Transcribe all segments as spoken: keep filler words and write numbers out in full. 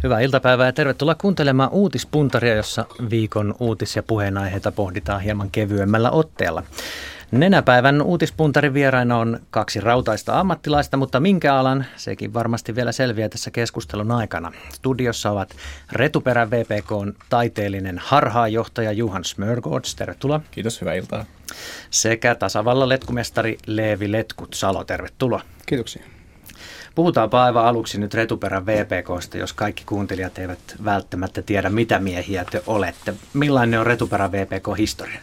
Hyvää iltapäivää ja tervetuloa kuuntelemaan Uutispuntaria, jossa viikon uutis- ja puheenaiheita pohditaan hieman kevyemmällä otteella. Nenäpäivän Uutispuntarin vieraina on kaksi rautaista ammattilaista, mutta minkä alan, sekin varmasti vielä selviää tässä keskustelun aikana. Studiossa ovat Retuperän V P K:n taiteellinen harhaanjohtaja Johan Smörgårds, tervetuloa. Kiitos, hyvää iltaa. Sekä tasavallan letkumestari Leevi Letkut-Salo, tervetuloa. Kiitoksia. Puhutaanpa aivan aluksi nyt Retuperän V P K:sta, jos kaikki kuuntelijat eivät välttämättä tiedä, mitä miehiä te olette. Millainen on Retuperän V P K-historia?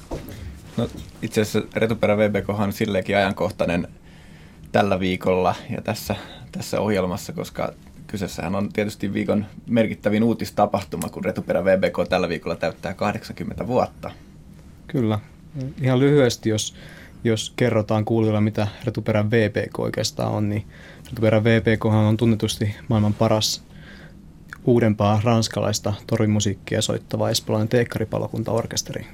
No, itse asiassa Retuperän V P K on silleenkin ajankohtainen tällä viikolla ja tässä, tässä ohjelmassa, koska kyseessähän on tietysti viikon merkittävin uutistapahtuma, kun Retuperän V P K tällä viikolla täyttää kahdeksankymmentä vuotta. Kyllä. Ihan lyhyesti, jos, jos kerrotaan kuulijoille, mitä Retuperän V P K oikeastaan on, niin Retuperän V P K on tunnetusti maailman paras uudempaa ranskalaista torimusiikkia soittava espoolainen teekkaripalokuntaorkesteri.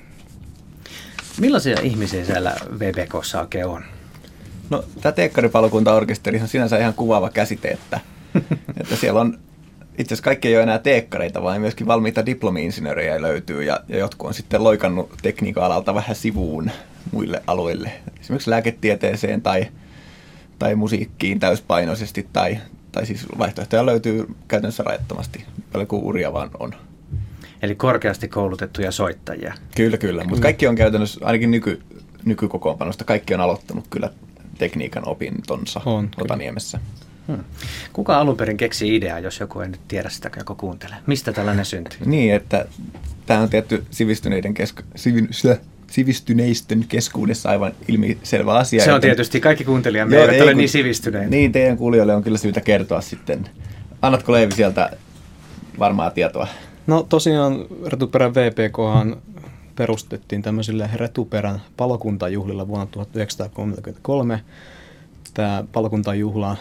Millaisia ihmisiä siellä V P K:ssa oikein on? No, tämä teekkaripalokuntaorkesteri on sinänsä ihan kuvaava käsite, että, että siellä on itse asiassa kaikki ei ole enää teekkareita, vaan myöskin valmiita diplomi-insinöörejä löytyy ja, ja jotkut on sitten loikannut tekniikan alalta vähän sivuun muille alueille. Esimerkiksi lääketieteeseen tai, tai musiikkiin täyspainoisesti tai, tai siis vaihtoehtoja löytyy käytännössä rajattomasti, paljon kuin uria vaan on. Eli korkeasti koulutettuja soittajia. Kyllä, kyllä. Mutta kaikki on käytännössä, ainakin nyky, nykykokoonpanosta, kaikki on aloittanut kyllä tekniikan opintonsa on, Otaniemessä. Hmm. Kuka alun perin keksi ideaa, jos joku ei nyt tiedä sitä, joku kuuntelee? Mistä tällainen syntyi? Niin, että tämä on tietty sivistyneiden kesk... Sivi... sivistyneistön keskuudessa aivan ilmiselvä asia. Se on tietysti, kaikki kuuntelijamme eivät ei, ole kun, niin sivistyneitä. Niin, teidän kuulijoille on kyllä syytä kertoa sitten. Annatko Leevi sieltä varmaa tietoa? No tosiaan Retuperän V P K:han perustettiin tämmöisille Retuperän palokuntajuhlilla vuonna tuhatyhdeksänsataakolmekymmentäkolme. Tämä palokuntajuhla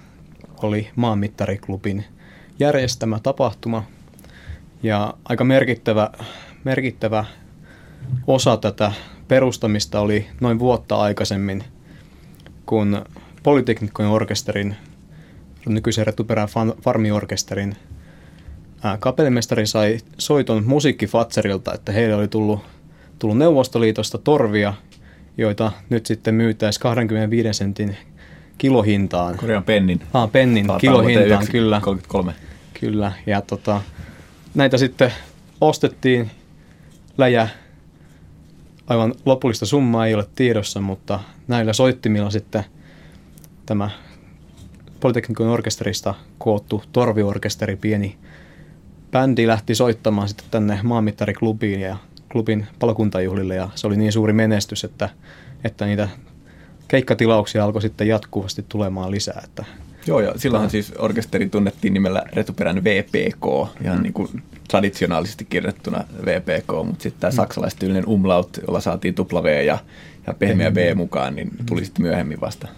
oli Maanmittariklubin järjestämä tapahtuma ja aika merkittävä, merkittävä osa tätä perustamista oli noin vuotta aikaisemmin, kun Polyteknikkojen orkesterin, nykyisen Retuperän farmiorkesterin kapellimestari sai soiton musiikkifatserilta, että heille oli tullut, tullut Neuvostoliitosta torvia, joita nyt sitten myytäisiin kaksikymmentäviisi sentin kilohintaan. Korjaan pennin. Ah, pennin Taataan kilohintaan, kyllä. kolmekymmentäkolme. Kyllä, ja tota, näitä sitten ostettiin läjä. Aivan lopullista summaa ei ole tiedossa, mutta näillä soittimilla sitten tämä Polyteknikon orkesterista koottu torviorkesteri, pieni bändi lähti soittamaan sitten tänne Maanmittariklubiin ja klubin palokuntajuhlille ja se oli niin suuri menestys, että, että niitä keikkatilauksia alkoi sitten jatkuvasti tulemaan lisää. Että Joo, ja silloinhan siis orkesteri tunnettiin nimellä Retuperän V P K, ihan mm. niin kuin traditionaalisesti kirjoittuna V P K, mutta sitten tämä mm. saksalaistyylinen umlaut, jolla saatiin tupla V ja, ja pehmeä V mukaan, niin tuli sitten myöhemmin vasta.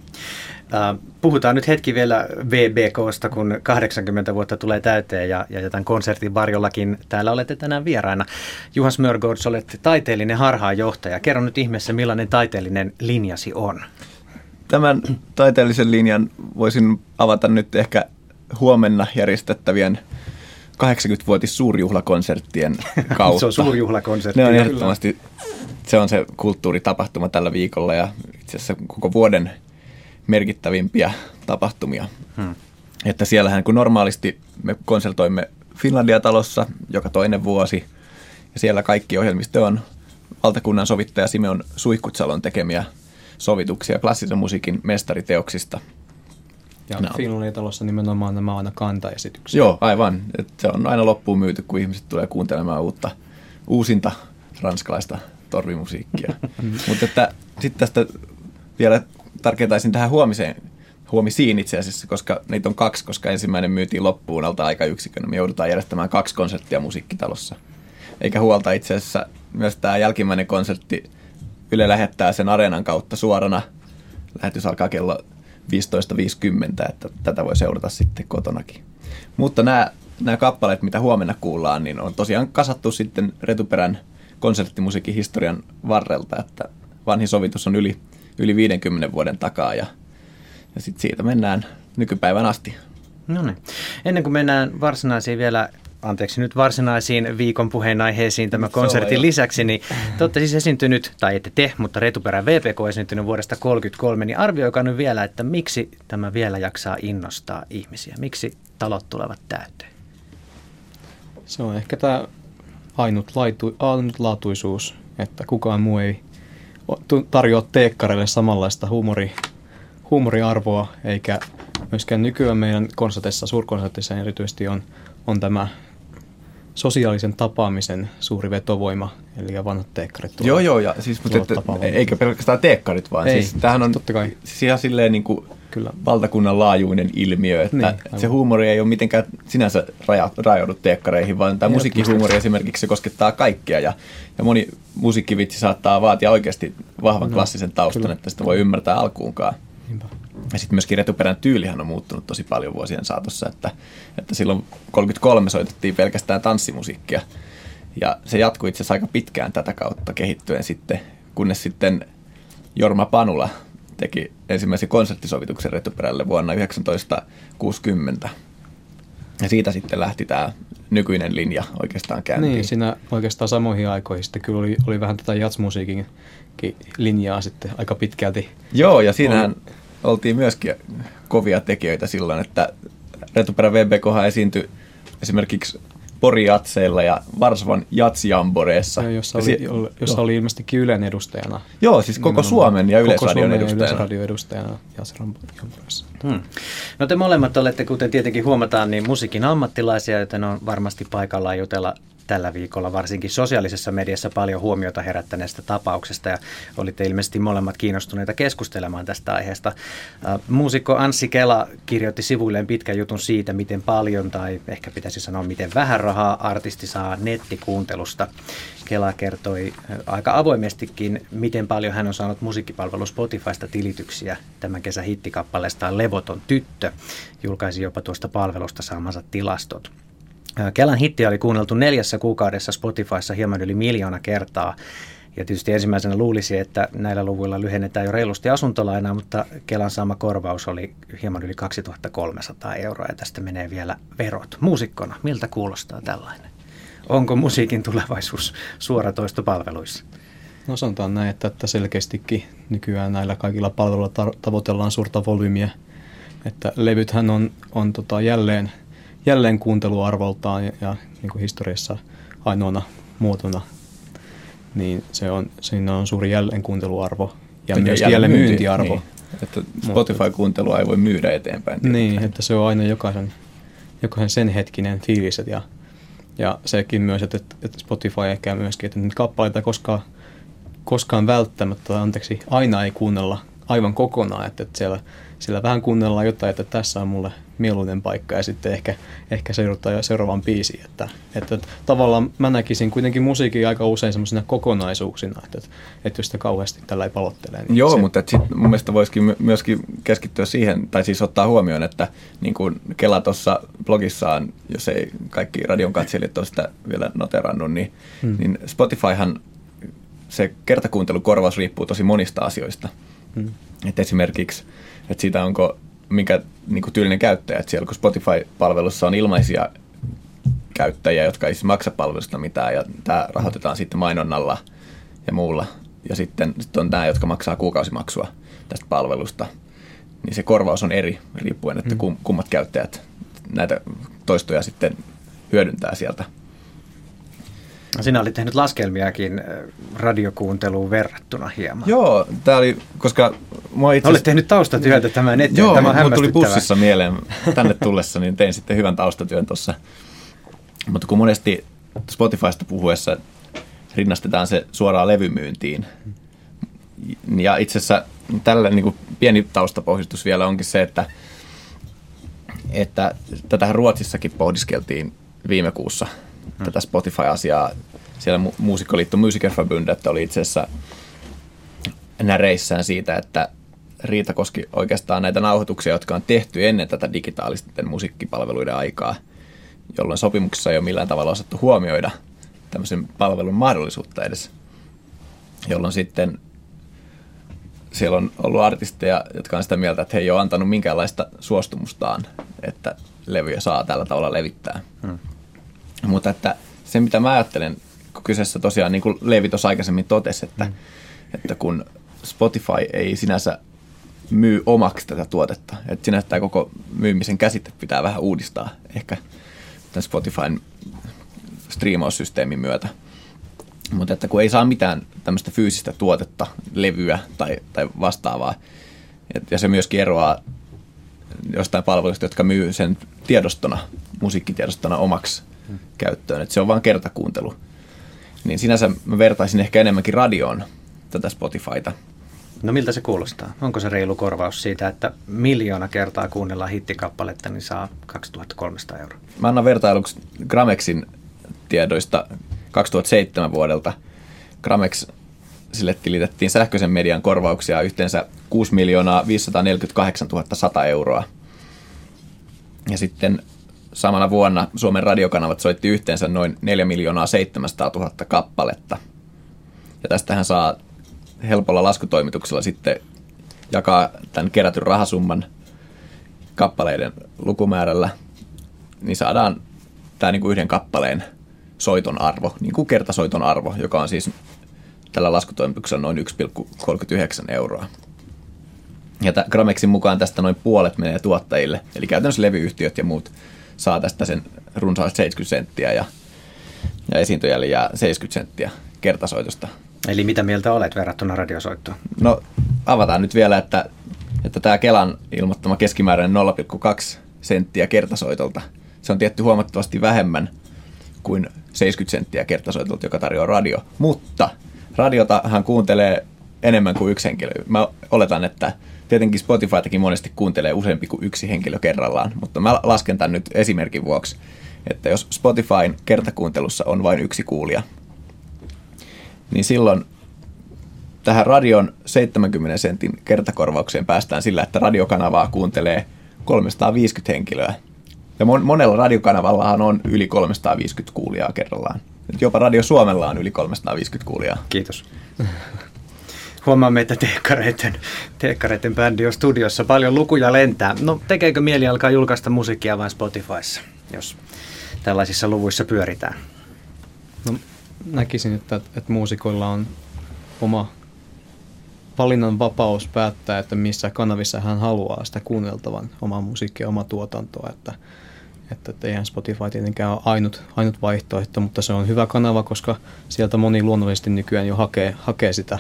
Puhutaan nyt hetki vielä V B K:sta, kun kahdeksankymmentä vuotta tulee täyteen ja, ja tämän konsertin varjollakin täällä olette tänään vieraina. Johan Smörgårds, olette taiteellinen harhaanjohtaja. Kerro nyt ihmeessä, millainen taiteellinen linjasi on. Tämän taiteellisen linjan voisin avata nyt ehkä huomenna järjestettävien kahdeksankymmenvuotis suurjuhlakonserttien kautta. Se on suurjuhlakonsertti. Ne on ehdottomasti, se on se kulttuuritapahtuma tällä viikolla ja itse asiassa koko vuoden merkittävimpiä tapahtumia. Hmm. Että siellähän kun normaalisti me konsertoimme Finlandia-talossa joka toinen vuosi ja siellä kaikki ohjelmisto on valtakunnan sovittaja Simeon Suihkutsalon tekemiä sovituksia klassisen musiikin mestariteoksista. Ja no. Finlandia-talossa nimenomaan nämä aina kantaesityksiä. Joo, aivan. Et se on aina loppuun myyty, kun ihmiset tulee kuuntelemaan uutta, uusinta ranskalaista torvimusiikkia. Mutta että sitten tästä vielä tarkentaisin tähän huomiseen, huomisiin itse asiassa, koska niitä on kaksi, koska ensimmäinen myytiin loppuun alta aikayksikönä. Me joudutaan järjestämään kaksi konserttia musiikkitalossa. Eikä huolta itse asiassa myös tämä jälkimmäinen konsertti Yle lähettää sen Areenan kautta suorana. Lähetys alkaa kello viisitoista viisikymmentä, että tätä voi seurata sitten kotonakin. Mutta nämä, nämä kappaleet, mitä huomenna kuullaan, niin on tosiaan kasattu sitten Retuperän konserttimusiikin historian varrelta, että vanhin sovitus on yli, yli viidenkymmenen vuoden takaa ja, ja sitten siitä mennään nykypäivän asti. No niin. Ennen kuin mennään varsinaisiin vielä, anteeksi nyt varsinaisiin viikon puheenaiheisiin tämän konsertin lisäksi, niin te olette siis esiintynyt, tai ette te, mutta Retuperän V P K esiintynyt vuodesta tuhatyhdeksänsataakolmekymmentäkolme, niin arvioikaa nyt vielä, että miksi tämä vielä jaksaa innostaa ihmisiä, miksi talot tulevat täyteen? Se on ehkä tämä ainutlaitu, ainutlaatuisuus, että kukaan muu ei tarjoa teekkareille samanlaista huumori, huumoriarvoa, eikä myöskään nykyään meidän konserteissa, suurkonsertissa erityisesti on, on tämä sosiaalisen tapaamisen suuri vetovoima, eli vanhat teekkarit. Joo, joo, ja siis, mutta että, eikä pelkästään teekkarit, vaan ei, siis tämähän on totta kai. Siis ihan silleen niin kuin valtakunnan laajuinen ilmiö, että niin, se huumori ei ole mitenkään sinänsä raja, rajaudu teekkareihin, vaan tämä musiikkihuumori esimerkiksi se koskettaa kaikkea, ja, ja moni musiikkivitsi saattaa vaatia oikeasti vahvan no, klassisen taustan, kyllä. Että sitä voi ymmärtää alkuunkaan. Niinpä. Ja sitten myöskin Retuperän tyylihän on muuttunut tosi paljon vuosien saatossa, että, että silloin kolmekymmentäkolme soitettiin pelkästään tanssimusiikkia, ja se jatkui itse asiassa aika pitkään tätä kautta kehittyen sitten, kunnes sitten Jorma Panula teki ensimmäisen konserttisovituksen Retuperälle vuonna yhdeksäntoistasataakuusikymmentä. Ja siitä sitten lähti tämä nykyinen linja oikeastaan käyntiin. Niin, siinä oikeastaan samoihin aikoihin sitten kyllä oli, oli vähän tätä jazzmusiikin linjaa sitten aika pitkälti. Joo, ja siinähän oli, oltiin myöskin kovia tekijöitä silloin, että Retuperän V B K:han esiintyi esimerkiksi Pori-jatseilla ja Varsovan jatsjamboreessa. Jossa oli, si- jossa oli ilmeisesti Ylen edustajana. Joo, siis koko Suomen ja Yleisradion edustajana. Yleisradion edustajana jatsjamboreessa. Hmm. No te molemmat olette, kuten tietenkin huomataan, niin musiikin ammattilaisia, joten on varmasti paikallaan jutella tällä viikolla varsinkin sosiaalisessa mediassa paljon huomiota herättäneestä tapauksesta, ja olitte ilmeisesti molemmat kiinnostuneita keskustelemaan tästä aiheesta. Muusikko Anssi Kela kirjoitti sivuilleen pitkän jutun siitä, miten paljon, tai ehkä pitäisi sanoa miten vähän rahaa artisti saa nettikuuntelusta. Kela kertoi aika avoimestikin, miten paljon hän on saanut musiikkipalvelu Spotifysta tilityksiä tämän kesän hittikappaleestaan Levoton tyttö. Julkaisi jopa tuosta palvelusta saamansa tilastot. Kelan hittiä oli kuunneltu neljässä kuukaudessa Spotifyssa hieman yli miljoona kertaa. Ja tietysti ensimmäisenä luulisi, että näillä luvuilla lyhennetään jo reilusti asuntolainaa, mutta Kelan saama korvaus oli hieman yli kaksituhattakolmesataa euroa ja tästä menee vielä verot. Muusikkona, miltä kuulostaa tällainen? Onko musiikin tulevaisuus suoratoistopalveluissa? No sanotaan näin, että, että selkeästikin nykyään näillä kaikilla palveluilla tar- tavoitellaan suurta volyymiä. Että levythän on, on tota jälleen... jälleen kuunteluarvoltaan ja, ja niin kuin historiassa ainoana muotona, niin se on, siinä on suuri jälleen kuunteluarvo ja myös jälleen myyntiarvo. Niin, että Spotify-kuuntelua ei voi myydä eteenpäin. Niin, tietysti. Että se on aina jokaisen, jokaisen sen hetkinen fiilis. Ja, ja sekin myös, että, että Spotify ehkä myöskin, että niitä kappaleita ei koskaan, koskaan välttämättä, anteeksi, aina ei kuunnella aivan kokonaan, että, että siellä, siellä vähän kuunnellaan jotain, että tässä on mulle mieluinen paikka ja sitten ehkä, ehkä seurataan seuraavan biisiin. Että, että tavallaan mä näkisin kuitenkin musiikin aika usein semmoisena kokonaisuuksina, että, että jos sitä kauheasti tällä ei palottelee. Niin joo, se, mutta sit mun mielestä voisikin myöskin keskittyä siihen, tai siis ottaa huomioon, että niin kuin Kela tuossa blogissaan, jos ei kaikki radion katselijat ole sitä vielä noterannut, niin, hmm. niin Spotifyhan se kertakuuntelukorvaus riippuu tosi monista asioista. Hmm. Että esimerkiksi, että siitä onko minkä niin kuin tyylinen käyttäjä, että siellä kun Spotify-palvelussa on ilmaisia käyttäjiä, jotka ei siis maksa palvelusta mitään, ja tämä rahoitetaan sitten mainonnalla ja muulla, ja sitten, sitten on nämä, jotka maksaa kuukausimaksua tästä palvelusta, niin se korvaus on eri, riippuen, että kummat käyttäjät näitä toistoja sitten hyödyntää sieltä. Sinä olit tehnyt laskelmiakin radiokuunteluun verrattuna hieman. Joo, tämä oli, koska... Itse... Olet tehnyt taustatyötä tämän eteen. Joo, tämä on hämmästyttävää. Tuli bussissa mieleen tänne tullessa, niin tein sitten hyvän taustatyön tuossa. Mutta kun monesti Spotifysta puhuessa rinnastetaan se suoraan levymyyntiin. Ja itse asiassa tällä niin kuin pieni taustapohjistus vielä onkin se, että, että tätähän Ruotsissakin pohdiskeltiin viime kuussa. Hmm. Tätä Spotify-asiaa. Siellä mu- Muusikkoliitto Musikerförbundet oli itse asiassa näreissään siitä, että Riita koski oikeastaan näitä nauhoituksia, jotka on tehty ennen tätä digitaalisten musiikkipalveluiden aikaa, jolloin sopimuksessa ei ole millään tavalla osattu huomioida tämmöisen palvelun mahdollisuutta edes, jolloin sitten siellä on ollut artisteja, jotka on sitä mieltä, että he ei ole antanut minkäänlaista suostumustaan, että levyjä saa tällä tavalla levittää. Hmm. Mutta että se, mitä mä ajattelen, kun kyseessä tosiaan, niin kuin Leevi tuossa aikaisemmin totesi, että, hmm. että kun Spotify ei sinänsä myy omaksi tätä tuotetta, että sinänsä tämä koko myymisen käsite pitää vähän uudistaa ehkä tämän Spotifyn striimaussysteemin myötä. Mutta että kun ei saa mitään tämmöistä fyysistä tuotetta, levyä tai, tai vastaavaa, et, ja se myöskin eroaa jostain palveluista, jotka myy sen tiedostona, musiikkitiedostona omaksi hmm. käyttöön, että se on vain kertakuuntelu. Niin sinänsä mä vertaisin ehkä enemmänkin radioon tätä Spotifyta. No miltä se kuulostaa? Onko se reilu korvaus siitä, että miljoona kertaa kuunnellaan hittikappaletta, niin saa kaksituhattakolmesataa euroa? Mä annan vertailuksi Gramexin tiedoista kaksituhattaseitsemän vuodelta. Gramex, sille tilitettiin sähköisen median korvauksia yhteensä kuusi miljoonaa viisisataaneljäkymmentäkahdeksantuhatta sata euroa. Ja sitten samana vuonna Suomen radiokanavat soitti yhteensä noin neljä miljoonaa seitsemänsataatuhatta kappaletta. Ja tästähän saa helpolla laskutoimituksella sitten jakaa tämän kerätyn rahasumman kappaleiden lukumäärällä, niin saadaan tämä niin kuin yhden kappaleen soiton arvo, niin kuin kertasoiton arvo, joka on siis tällä laskutoimituksella noin yksi pilkku kolmekymmentäyhdeksän euroa. Ja Gramexin mukaan tästä noin puolet menee tuottajille, eli käytännössä levyyhtiöt ja muut saa tästä sen runsaasti seitsemänkymmentä senttiä ja, ja esiintyjälle jää seitsemänkymmentä senttiä kertasoitosta. Eli mitä mieltä olet verrattuna radiosoittoon? No avataan nyt vielä, että, että tämä Kelan ilmoittama keskimääräinen nolla pilkku kaksi senttiä kertasoitolta, se on tietty huomattavasti vähemmän kuin seitsemänkymmentä senttiä kertasoitolta, joka tarjoaa radio. Mutta radiotahan kuuntelee enemmän kuin yksi henkilö. Mä oletan, että tietenkin Spotifytakin monesti kuuntelee useampi kuin yksi henkilö kerrallaan, mutta mä lasken tämän nyt esimerkin vuoksi, että jos Spotifyn kertakuuntelussa on vain yksi kuulija, niin silloin tähän radion seitsemänkymmenen sentin kertakorvaukseen päästään sillä, että radiokanavaa kuuntelee kolmesataaviisikymmentä henkilöä. Ja mon- monella radiokanavallahan on yli kolmesataaviisikymmentä kuulijaa kerrallaan. Jopa Radio Suomella on yli kolmesataaviisikymmentä kuulijaa. Kiitos. Huomaamme, että teekkareiden, teekkareiden bändi on studiossa. Paljon lukuja lentää. No tekeekö mieli alkaa julkaista musiikkia vain Spotifyssa, jos tällaisissa luvuissa pyöritään? No, näkisin, että, että muusikoilla on oma valinnan vapaus päättää, että missä kanavissa hän haluaa sitä kuunneltavan omaa musiikkia, omaa tuotantoa. Että, että, että eihän Spotify tietenkään ole ainut, ainut vaihtoehto, mutta se on hyvä kanava, koska sieltä moni luonnollisesti nykyään jo hakee, hakee sitä,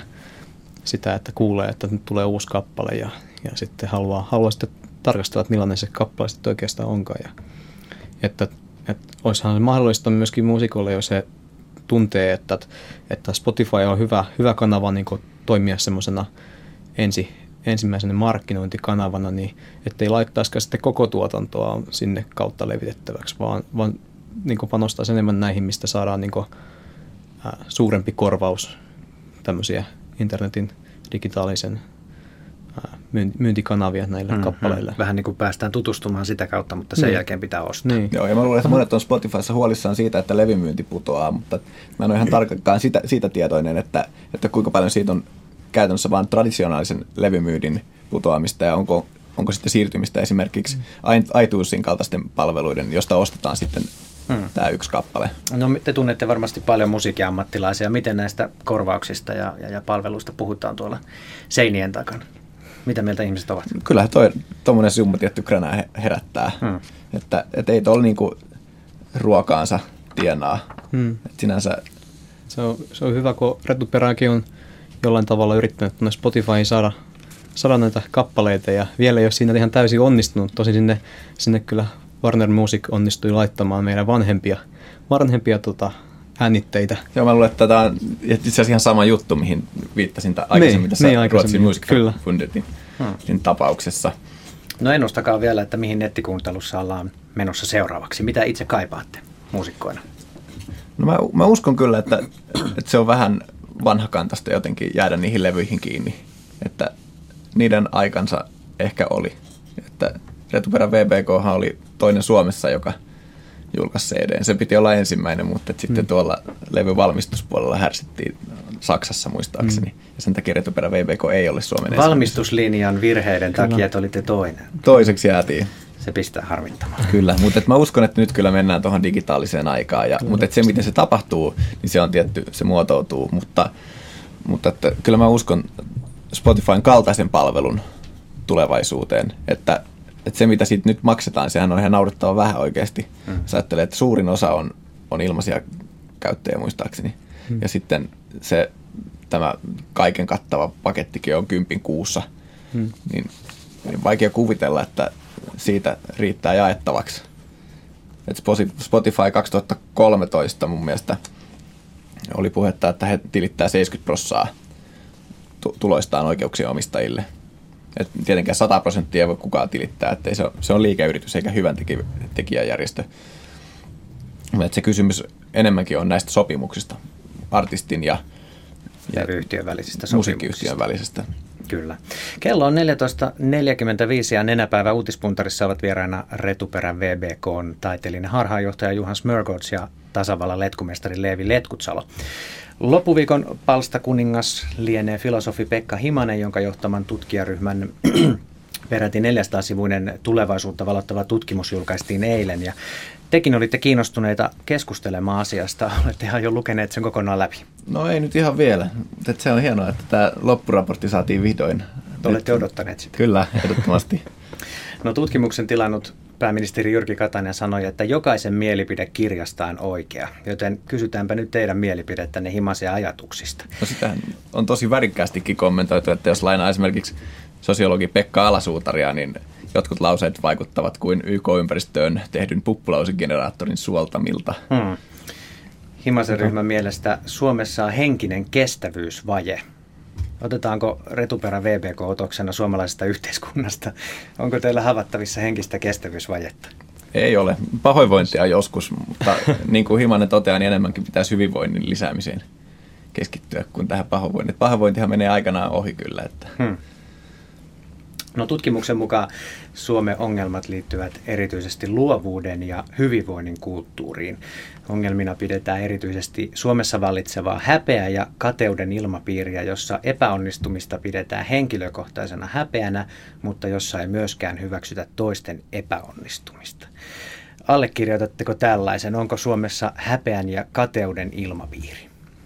sitä, että kuulee, että nyt tulee uusi kappale ja, ja sitten haluaa, haluaa sitten tarkastella, että millainen se kappale sitten oikeastaan onkaan. Ja, että, että olisihan mahdollista myöskin muusikolle, jos se tuntee, että, että Spotify on hyvä, hyvä kanava niin kuin toimia semmoisena ensi, ensimmäisenä markkinointikanavana, niin ettei laittaisikaan sitten koko tuotantoa sinne kautta levitettäväksi, vaan, vaan niin kuin panostaisi enemmän näihin, mistä saadaan niin kuin, ää, suurempi korvaus tämmöisiä internetin digitaalisen ää, myyntikanavia näille mm-hmm. kappaleille. Vähän niin kuin päästään tutustumaan sitä kautta, mutta sen niin. jälkeen pitää ostaa. Niin. Joo, ja mä luulen, että monet on Spotifyssa huolissaan siitä, että levymyynti putoaa, mutta mä en ole ihan tarkkaan siitä, siitä tietoinen, että, että kuinka paljon siitä on käytännössä vain traditionaalisen levymyynnin putoamista ja onko, onko sitten siirtymistä esimerkiksi mm. iTunesin kaltaisten palveluiden, josta ostetaan sitten hmm. tämä yksi kappale. No te tunnette varmasti paljon musiikiammattilaisia. Miten näistä korvauksista ja, ja, ja palveluista puhutaan tuolla seinien takana? Mitä mieltä ihmiset ovat? Kyllähän tuommoinen summa tietty kränää herättää. Hmm. Että et ei tuolla niinku ruokaansa tienaa. Hmm. Et sinänsä se on, se on hyvä, kun Retuperäkin on jollain tavalla yrittänyt tuonne Spotifyin saada, saada näitä kappaleita ja vielä ei ole siinä ihan täysin onnistunut. Tosin sinne, sinne kyllä Warner Music onnistui laittamaan meidän vanhempia, vanhempia tota, äänitteitä. Joo, mä luulen, että tämä on itse asiassa ihan sama juttu, mihin viittasin ta- aikaisemmin niin, tässä niin, Ruotsin Music Fundin hmm. tapauksessa. No ennustakaa vielä, että mihin nettikuuntelussa ollaan menossa seuraavaksi. Mitä itse kaipaatte muusikkoina? No mä, mä uskon kyllä, että, että se on vähän vanhakantaista jotenkin jäädä niihin levyihin kiinni. Että niiden aikansa ehkä oli. Että Retuperän V B K:han oli toinen Suomessa, joka, julkaisi C D:n. Se piti olla ensimmäinen, mutta sitten mm. tuolla levyvalmistuspuolella härsittiin Saksassa muistaakseni. Mm. Ja sen takia Retuperä V B K ei ole Suomen valmistuslinjan virheiden kyllä. takia, että olitte toinen. Toiseksi jäätiin. Se pistää harmittamaan. Kyllä, mutta et mä uskon, että nyt kyllä mennään tuohon digitaaliseen aikaan. Ja, mutta et se, miten se tapahtuu, niin se on tietty, se muotoutuu. Mutta, mutta että kyllä mä uskon Spotifyn kaltaisen palvelun tulevaisuuteen, että, että se, mitä siitä nyt maksetaan, sehän on ihan naurettava vähän oikeasti. Hmm. Sä ajattelee, että suurin osa on, on ilmaisia käyttäjiä muistaakseni. Hmm. Ja sitten se, tämä kaiken kattava pakettikin on kympin kuussa. Hmm. Niin, niin vaikea kuvitella, että siitä riittää jaettavaksi. Et Spotify kaksituhattakolmetoista mun mielestä oli puhetta, että he tilittää seitsemänkymmentä prosenttia tuloistaan oikeuksien omistajille. Et tietenkään sata prosenttia ei voi kukaan tilittää, että se, se on liikeyritys eikä hyvän tekijäjärjestö. Et se kysymys enemmänkin on näistä sopimuksista, artistin ja, ja yhtiön välisistä musiikkiyhtiön välisestä. Kyllä. Kello on neljätoista neljäkymmentäviisi ja Nenäpäivä uutispuntarissa ovat vieraina Retuperän V B K:n taiteellinen harhaanjohtaja Juhan Smörgårds ja tasavallan letkumestari Leevi Letkutsalo. Loppuviikon palstakuningas lienee filosofi Pekka Himanen, jonka johtaman tutkijaryhmän peräti neljäsataa-sivuinen tulevaisuutta valottava tutkimus julkaistiin eilen. Ja tekin olitte kiinnostuneita keskustelemaan asiasta. Olette ihan jo lukeneet sen kokonaan läpi. No ei nyt ihan vielä. Se on hienoa, että tämä loppuraportti saatiin vihdoin. Te olette odottaneet sitä. Kyllä, ehdottomasti. No tutkimuksen tilannut pääministeri Jyrki Katainen sanoi, että jokaisen mielipide kirjasta on oikea. Joten kysytäänpä nyt teidän mielipidettänne Himasen ajatuksista. No sitä on tosi värikkäästikin kommentoitu, että jos lainaa esimerkiksi sosiologi Pekka Alasuutaria, niin jotkut lauseet vaikuttavat kuin Y K-ympäristöön tehdyn puppulausegeneraattorin suoltamilta. Hmm. Himasen ryhmän mielestä Suomessa on henkinen kestävyysvaje. Otetaanko Retuperä V B K otoksena suomalaisesta yhteiskunnasta? Onko teillä havaittavissa henkistä kestävyysvajetta? Ei ole. Pahoinvointia joskus, mutta niin kuin Himanen toteaa, niin enemmänkin pitäisi hyvinvoinnin lisäämiseen keskittyä kuin tähän pahoinvointiin. Pahoinvointihan menee aikanaan ohi kyllä. Että. Hmm. No tutkimuksen mukaan Suomen ongelmat liittyvät erityisesti luovuuden ja hyvinvoinnin kulttuuriin. Ongelmina pidetään erityisesti Suomessa vallitsevaa häpeä- ja kateuden ilmapiiriä, jossa epäonnistumista pidetään henkilökohtaisena häpeänä, mutta jossa ei myöskään hyväksytä toisten epäonnistumista. Allekirjoitatteko tällaisen? Onko Suomessa häpeän ja kateuden ilmapiiri?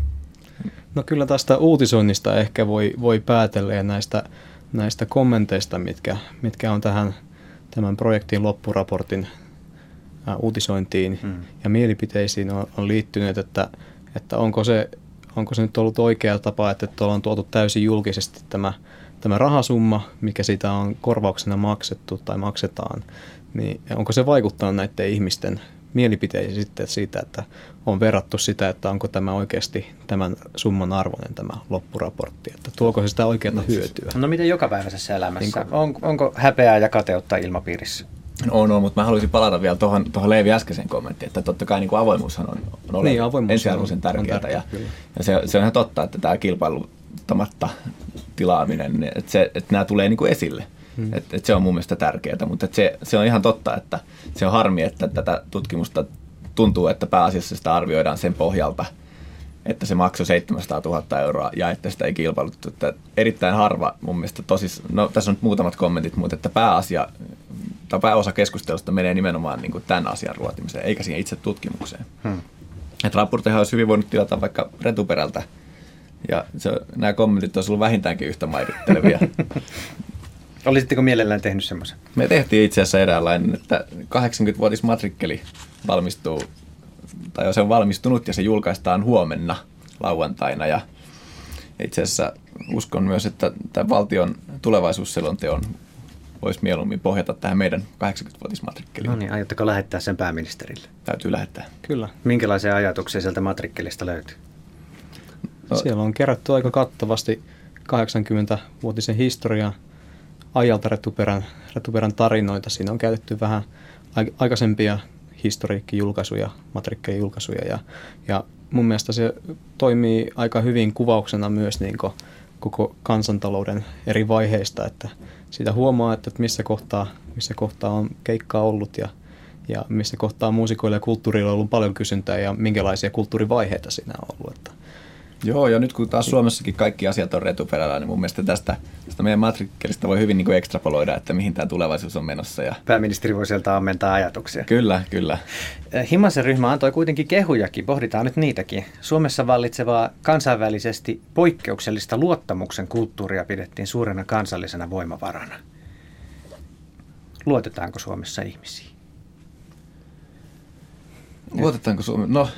No kyllä tästä uutisoinnista ehkä voi, voi päätellä ja näistä näistä kommenteista, mitkä, mitkä on tähän tämän projektin loppuraportin ää, uutisointiin hmm. ja mielipiteisiin on, on liittynyt, että, että onko, se, onko se nyt ollut oikea tapa, että on tuotu täysin julkisesti tämä, tämä rahasumma, mikä siitä on korvauksena maksettu tai maksetaan, niin onko se vaikuttanut näiden ihmisten mielipiteisiin sitten siitä, että on verrattu sitä, että onko tämä oikeasti tämän summan arvoinen tämä loppuraportti, että tuoko se sitä oikeaa hyötyä. No miten jokapäiväisessä elämässä? Niin on, onko häpeää ja kateutta ilmapiirissä? On, on, mutta mä haluaisin palata vielä tuohon, tuohon Leevi äskeiseen kommenttiin, että totta kai niin kuin avoimuushan on, on niin, avoimuus ensiarvoisen tärkeää. Tärkeä, ja, ja se, se on ihan totta, että tämä kilpailuttamatta tilaaminen, että, se, että nämä tulee niin kuin esille. Hmm. Että, että se on mun mielestä tärkeää, mutta että se, se on ihan totta, että se on harmi, että tätä tutkimusta tuntuu, että pääasiassa sitä arvioidaan sen pohjalta, että se maksoi seitsemänsataatuhatta euroa ja että sitä ei kilpailuttu. Että erittäin harva mun mielestä tosis, no tässä on nyt muutamat kommentit, mutta että pääasia, tai pääosa keskustelusta menee nimenomaan niin kuin tämän asian ruotimiseen, eikä siihen itse tutkimukseen. Hmm. Että raportteja olisi hyvin voinut tilata vaikka Retuperältä, ja se, nämä kommentit olisi ollut vähintäänkin yhtä mairittelevia. Olisitteko mielellään tehnyt semmoisen? Me tehtiin itse asiassa eräänlainen, että kahdeksankymmenvuotis matrikkeli valmistuu, tai se on valmistunut ja se julkaistaan huomenna lauantaina. Ja itse asiassa uskon myös, että tämän valtion tulevaisuusselonteon voisi mieluummin pohjata tähän meidän kahdeksankymmenvuotis matrikkeliin. No niin, aiotteko lähettää sen pääministerille? Täytyy lähettää. Kyllä. Minkälaisia ajatuksia sieltä matrikkelista löytyy? No, siellä on kerätty aika kattavasti kahdeksankymmenvuotisen historian ajalta Retuperän, Retuperän tarinoita. Siinä on käytetty vähän aikaisempia historiikkijulkaisuja, matrikkelijulkaisuja ja, ja mun mielestä se toimii aika hyvin kuvauksena myös niin kuin koko kansantalouden eri vaiheista, että siitä huomaa, että missä kohtaa, missä kohtaa on keikkaa ollut ja, ja missä kohtaa muusikoilla ja kulttuurilla on ollut paljon kysyntää ja minkälaisia kulttuurivaiheita siinä on ollut. Että Joo, ja nyt kun taas Suomessakin kaikki asiat on retuperällä, niin mun mielestä tästä, tästä meidän matrikkelista voi hyvin niin kuin ekstrapoloida, että mihin tämä tulevaisuus on menossa. Ja Pääministeri voi sieltä ammentaa ajatuksia. Kyllä, kyllä. Himasen ryhmä antoi kuitenkin kehujakin, pohditaan nyt niitäkin. Suomessa vallitsevaa kansainvälisesti poikkeuksellista luottamuksen kulttuuria pidettiin suurena kansallisena voimavarana. Luotetaanko Suomessa ihmisiin? Luotetaanko Suomessa? No,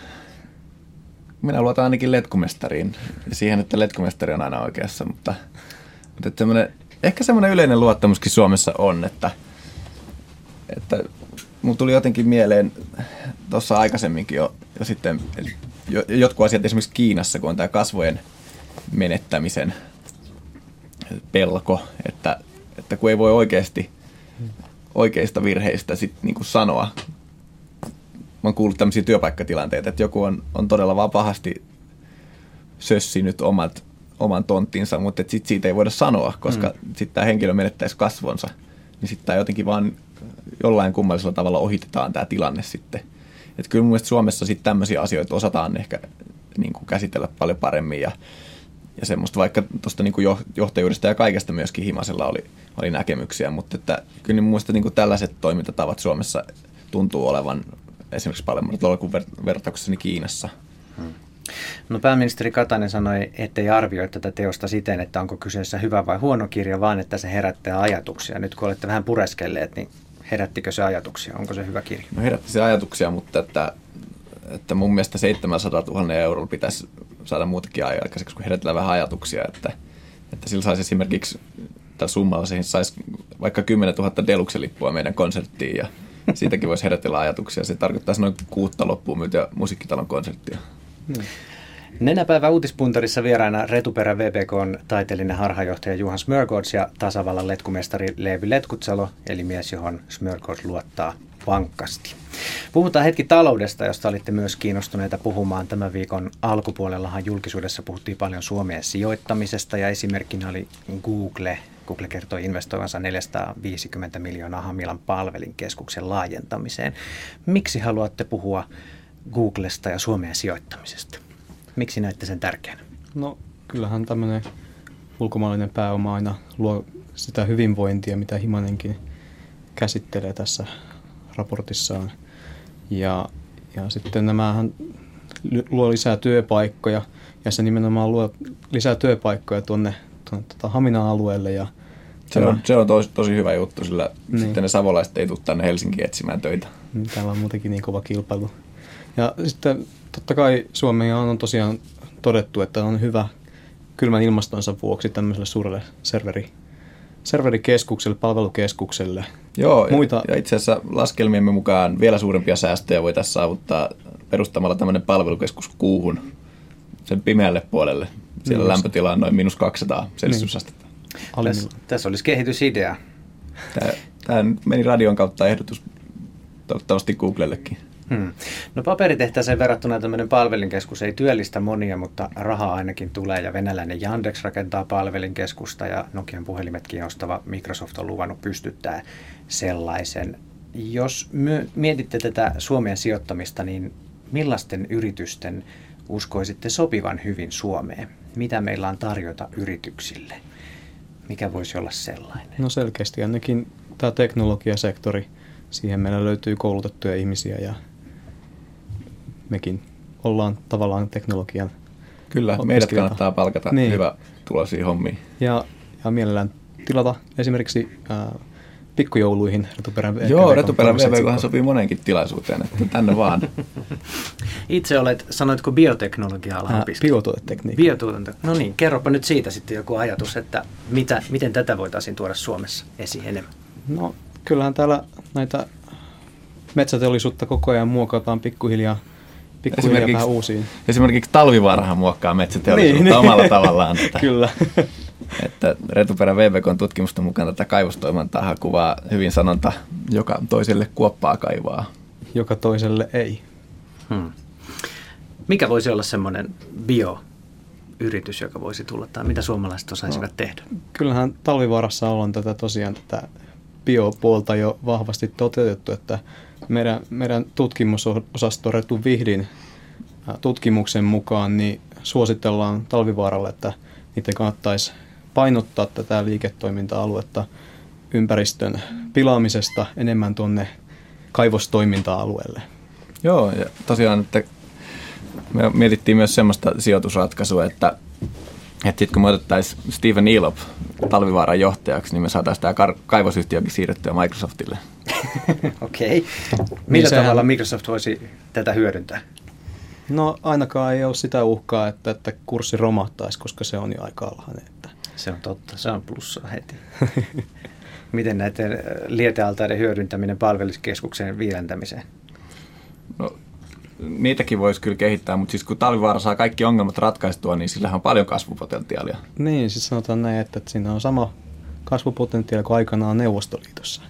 minä luotan ainakin letkumestariin ja siihen, että letkumestari on aina oikeassa, mutta, mutta että ehkä semmoinen yleinen luottamuskin Suomessa on, että, että mulla tuli jotenkin mieleen tuossa aikaisemminkin jo, jo sitten jo, jotkut asiat esimerkiksi Kiinassa, kun on tämä kasvojen menettämisen pelko, että, että kun ei voi oikeasti oikeista virheistä sit niinku sanoa. Mä oon kuullut tämmöisiä työpaikkatilanteita, että joku on, on todella vaan pahasti sössinyt omat, oman tonttinsa, mutta sitten siitä ei voida sanoa, koska mm. sitten tämä henkilö menettäisi kasvonsa. Niin sitten tämä jotenkin vaan jollain kummallisella tavalla ohitetaan tämä tilanne sitten. Että kyllä mun mielestä Suomessa sitten tämmöisiä asioita osataan ehkä niin kuin käsitellä paljon paremmin ja, ja semmoista, vaikka tuosta niin kuin johtajuudesta ja kaikesta myöskin Himasella oli, oli näkemyksiä, mutta että kyllä mun mielestä niin kuin tällaiset toimintatavat Suomessa tuntuu olevan esimerkiksi paljon tuolla kuin vertauksessani Kiinassa. Hmm. No pääministeri Katainen sanoi, ettei arvioi tätä teosta siten, että onko kyseessä hyvä vai huono kirja, vaan että se herättää ajatuksia. Nyt kun olette vähän pureskelleet, niin herättikö se ajatuksia? Onko se hyvä kirja? No herätti se ajatuksia, mutta että, että mun mielestä seitsemänsataatuhatta eurolla pitäisi saada muutakin aikaiseksi, kun herätellään vähän ajatuksia. Että, että sillä saisi esimerkiksi tällä summalla siihen saisi vaikka kymmenentuhatta Deluxe-lippua meidän konserttiin ja siitäkin voisi herätellä ajatuksia. Se tarkoittaisi noin kuutta loppuun myytyä musiikkitalon konserttia. Hmm. Nenäpäivä uutispuntarissa vieraina Retuperän V P K:n taiteellinen harhajohtaja Juhan Smörgårds ja tasavallan letkumestari Leevi Letkutsalo, eli mies, johon Smörgårds luottaa vankasti. Puhutaan hetki taloudesta, josta olitte myös kiinnostuneita puhumaan. Tämän viikon alkupuolellahan julkisuudessa puhuttiin paljon Suomeen sijoittamisesta ja esimerkkinä oli Google. Google kertoi investoivansa neljäsataaviisikymmentä miljoonaa Hamilan palvelinkeskuksen laajentamiseen. Miksi haluatte puhua Googlesta ja Suomeen sijoittamisesta? Miksi näette sen tärkeänä? No kyllähän tämmöinen ulkomaalainen pääoma aina luo sitä hyvinvointia, mitä Himanenkin käsittelee tässä raportissaan. Ja, ja sitten nämähän luo lisää työpaikkoja ja se nimenomaan luo lisää työpaikkoja tuonne, tuonne tuota Haminan alueelle. Ja se on, se on tosi, tosi hyvä juttu, sillä niin. Sitten ne savolaiset ei tule tänne Helsinkiin etsimään töitä. Täällä on muutenkin niin kova kilpailu. Ja sitten totta kai Suomeen on tosiaan todettu, että on hyvä kylmän ilmastonsa vuoksi tämmöiselle suurelle serveri, serverikeskukselle, palvelukeskukselle. Joo, Muita... ja itse asiassa laskelmiemme mukaan vielä suurempia säästöjä voitaisiin saavuttaa perustamalla tämmöinen palvelukeskus Kuuhun sen pimeälle puolelle. Siellä niin lämpötila on noin miinus kaksisataa celsiusastetta. Niin. Tässä, tässä olisi kehitysidea. Tämä, tämä meni radion kautta ehdotus toivottavasti Googlellekin. Hmm. No paperitehtäiseen verrattuna tämmöinen palvelinkeskus ei työllistä monia, mutta rahaa ainakin tulee ja venäläinen Yandex rakentaa palvelinkeskusta ja Nokian puhelimetkin ostava Microsoft on luvannut pystyttää sellaisen. Jos mietitte tätä Suomeen sijoittamista, niin millaisten yritysten uskoisitte sopivan hyvin Suomeen? Mitä meillä on tarjota yrityksille? Mikä voisi olla sellainen? No selkeästi ainakin tämä teknologiasektori. Siihen meillä löytyy koulutettuja ihmisiä ja mekin ollaan tavallaan teknologian. Kyllä, meidät kannattaa palkata niin. Hyvä tulosia hommiin. Ja, ja mielellään tilata esimerkiksi ää, pikkujouluihin Retuperän V P K. Joo, Retuperän V P K:han sopii moneenkin tilaisuuteen, että tänne vaan. Itse olet, sanoitko bioteknologia-alalla opiskellut? Biotuotetekniikka. Biotuotanto. No niin, kerropa nyt siitä sitten joku ajatus, että mitä, miten tätä voitaisiin tuoda Suomessa esiin enemmän. No kyllähän täällä näitä metsäteollisuutta koko ajan muokataan pikkuhiljaa, pikkuhiljaa vähän uusiin. Esimerkiksi Talvivaarahan muokkaa metsäteollisuutta niin, omalla tavallaan. Tätä. Kyllä. Että Retuperän V P K:n tutkimusten mukaan tätä kaivostoimintaa kuvaa hyvin sanonta, joka toiselle kuoppaa kaivaa. Joka toiselle ei. Hmm. Mikä voisi olla semmoinen bio-yritys, joka voisi tulla, tai mitä suomalaiset osaisivat no, tehdä? Kyllähän Talvivaarassa ollaan tätä tosiaan tätä biopuolta jo vahvasti toteutettu, että meidän, meidän tutkimusosasto Retu Vihdin tutkimuksen mukaan niin suositellaan Talvivaaralle, että niiden kannattaisi painottaa tätä liiketoiminta-aluetta ympäristön pilaamisesta enemmän tuonne kaivostoiminta-alueelle. Joo, ja tosiaan, että me mietittiin myös semmoista sijoitusratkaisua, että, että sitten kun me otettaisiin Steven Elop Talvivaaran johtajaksi, niin me saataisiin tämä kar- kaivosyhtiökin siirrettyä Microsoftille. Okei. Okay. Millä niin tavalla Microsoft voisi tätä hyödyntää? No ainakaan ei ole sitä uhkaa, että, että kurssi romahtaisi, koska se on jo aika alhainen. Että. Se on totta, se on plussaa heti. Miten näiden lietealtaiden hyödyntäminen palveluskeskuksen viilentämiseen? No, niitäkin voisi kyllä kehittää, mutta siis kun Talvivaara saa kaikki ongelmat ratkaistua, niin sillähän on paljon kasvupotentiaalia. Niin, siis sanotaan näin, että, että siinä on sama kasvupotentiaali kuin aikanaan Neuvostoliitossa.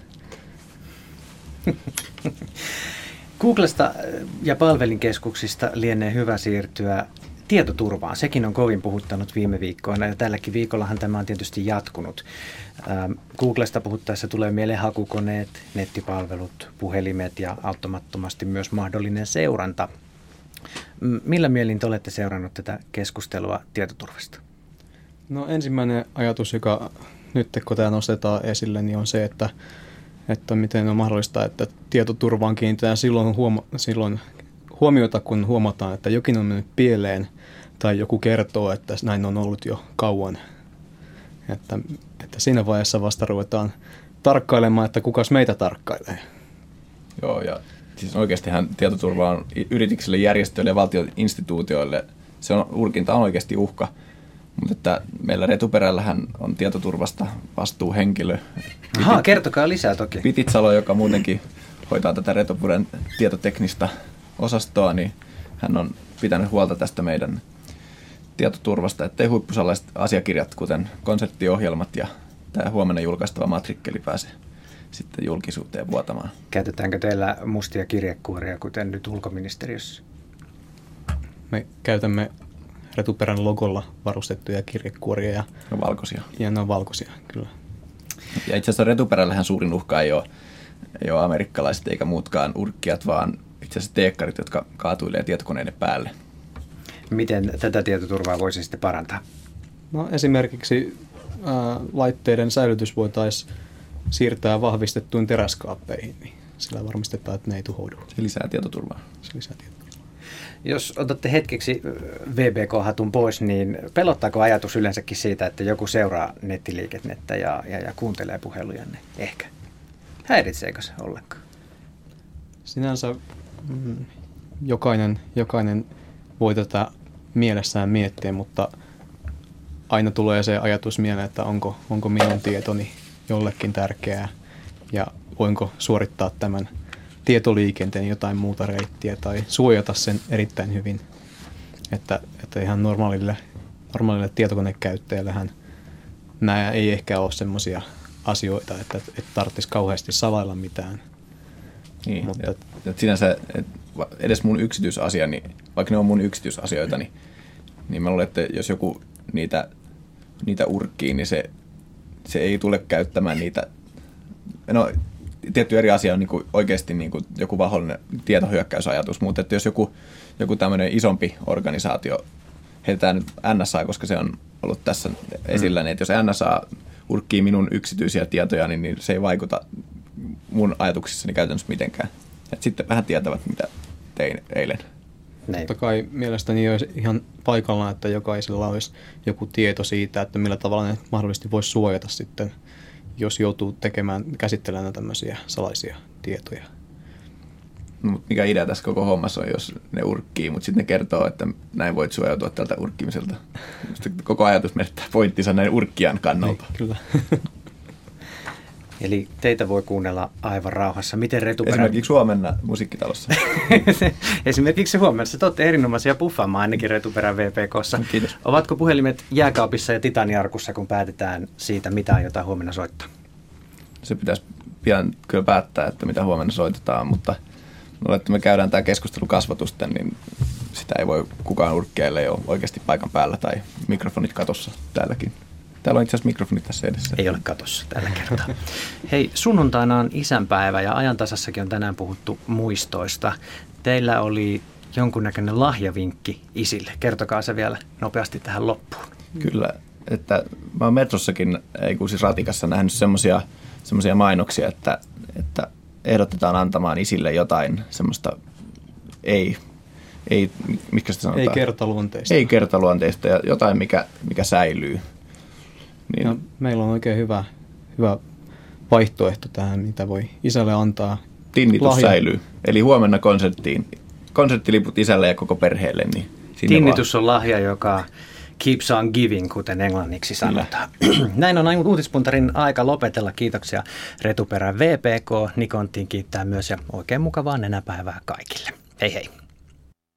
Googlesta ja palvelinkeskuksista lienee hyvä siirtyä tietoturvaan. Sekin on kovin puhuttanut viime viikkoina ja tälläkin viikollahan tämä on tietysti jatkunut. Googlesta puhuttaessa tulee mieleen hakukoneet, nettipalvelut, puhelimet ja auttamattomasti myös mahdollinen seuranta. Millä mielin te olette seurannut tätä keskustelua tietoturvasta? No ensimmäinen ajatus, joka nyt kun tämä nostetaan esille, niin on se, että, että miten on mahdollista, että tietoturvaan kiinnitetään silloin, huoma- silloin huomiota, kun huomataan, että jokin on mennyt pieleen tai joku kertoo, että näin on ollut jo kauan. Että, että siinä vaiheessa vasta ruvetaan tarkkailemaan, että kukas meitä tarkkailee. Joo, ja siis oikeastihan tietoturva on yrityksille, järjestöille ja valtion instituutioille, se on, urkinta on oikeasti uhka. Mutta että meillä Retuperällähän on tietoturvasta vastuuhenkilö. Aha, kertokaa lisää toki. Pititsalo, joka muutenkin hoitaa tätä Retupuren tietoteknistä osastoa, niin hän on pitänyt huolta tästä meidän tietoturvasta, ettei huippusalaiset asiakirjat, kuten konserttiohjelmat ja tämä huomenna julkaistava matrikkeli pääse sitten julkisuuteen vuotamaan. Käytetäänkö teillä mustia kirjekuoria, kuten nyt ulkoministeriössä? Me käytämme Retuperän logolla varustettuja kirjekuoria. Ja ne on valkoisia. Ja ne on valkoisia, kyllä. Ja itse asiassa Retuperällähän suurin uhka ei ole, ei ole amerikkalaiset eikä muutkaan urkkijat, vaan itse asiassa teekkarit, jotka kaatuilee tietokoneiden päälle. Miten tätä tietoturvaa voisi sitten parantaa? No esimerkiksi ää, laitteiden säilytys voitaisiin siirtää vahvistettuun teräskaappeihin, niin sillä varmistetaan, että ne ei tuhoudu. Se lisää tietoturvaa. Se lisää tietoturvaa. Jos otatte hetkeksi V B K-hatun pois, niin pelottaako ajatus yleensäkin siitä, että joku seuraa nettiliikennettä ja, ja, ja kuuntelee puhelujanne? Ehkä. Häiritseekö se ollenkaan? Sinänsä mm, jokainen, jokainen voi tätä mielessään miettiä, mutta aina tulee se ajatus mieleen, että onko, onko minun tietoni jollekin tärkeää ja voinko suorittaa tämän tietoliikenteen jotain muuta reittiä tai suojata sen erittäin hyvin. Että, että ihan normaalille, normaalille tietokonekäyttäjällähän nämä ei ehkä ole semmoisia asioita, että, että tarvitsisi kauheasti salailla mitään. Niin, mutta et, et sinänsä et edes mun yksityisasia, niin, vaikka ne on mun yksityisasioita, niin, niin mä luulen, että jos joku niitä, niitä urkkii, niin se, se ei tule käyttämään niitä. No, tietty eri asia on niin kuin oikeasti niin kuin joku vahollinen tietohyökkäysajatus, mutta että jos joku, joku tämmöinen isompi organisaatio, heitetään nyt N S A, koska se on ollut tässä esillä, mm. niin että jos N S A urkkii minun yksityisiä tietoja, niin, niin se ei vaikuta mun ajatuksissani käytännössä mitenkään. Et sitten vähän tietävät, mitä tein eilen. Totta kai mielestäni olisi ihan paikallaan, että jokaisella olisi joku tieto siitä, että millä tavalla ne mahdollisesti voisi suojata sitten, jos joutuu tekemään, käsittelemään tämmöisiä salaisia tietoja. No, mutta mikä idea tässä koko hommassa on, jos ne urkkii, mutta sitten ne kertoo, että näin voit suojautua tältä urkkimiselta. Koko ajatus menettää pointtinsa näin urkkijan kannalta. Niin, kyllä. Eli teitä voi kuunnella aivan rauhassa. Miten Retuperä... Esimerkiksi huomenna musiikkitalossa. Esimerkiksi huomenna. Te olette erinomaisia puffaamaan ainakin Retuperän V P K:ssa. Kiitos. Ovatko puhelimet jääkaapissa ja titaniarkussa, kun päätetään siitä, mitä aiotaan huomenna soittaa? Se pitäisi pian kyllä päättää, että mitä huomenna soitetaan, mutta luulen, että me käydään tämä keskustelu kasvatusten, niin sitä ei voi kukaan urkkeille ole oikeasti paikan päällä tai mikrofonit katossa täälläkin, Täällä on itse asiassa mikrofoni tässä edessä. Ei ole katossa tällä kertaa. Hei, sunnuntaina on isänpäivä ja ajantasassakin on tänään puhuttu muistoista. Teillä oli jonkunnäköinen lahjavinkki isille. Kertokaa se vielä nopeasti tähän loppuun. Kyllä, että mä oon metrossakin, ei kun siis ratikassa, nähnyt semmoisia semmoisia mainoksia, että, että ehdotetaan antamaan isille jotain semmoista ei, ei, mitkä sitä sanotaan? Ei kertaluonteista. Ei kertaluonteista ja jotain, mikä, mikä säilyy. Niin. No, meillä on oikein hyvä, hyvä vaihtoehto tähän, mitä voi isälle antaa. Tinnitus lahja. säilyy. Eli huomenna konserttiin. Konserttiliput isälle ja koko perheelle. Niin Tinnitus vaan on lahja, joka keeps on giving, kuten englanniksi sanotaan. Näin on Uutispuntarin aika lopetella. Kiitoksia Retuperän V P K. Nikonttiin kiittää myös ja oikein mukavaa nenäpäivää kaikille. Hei hei.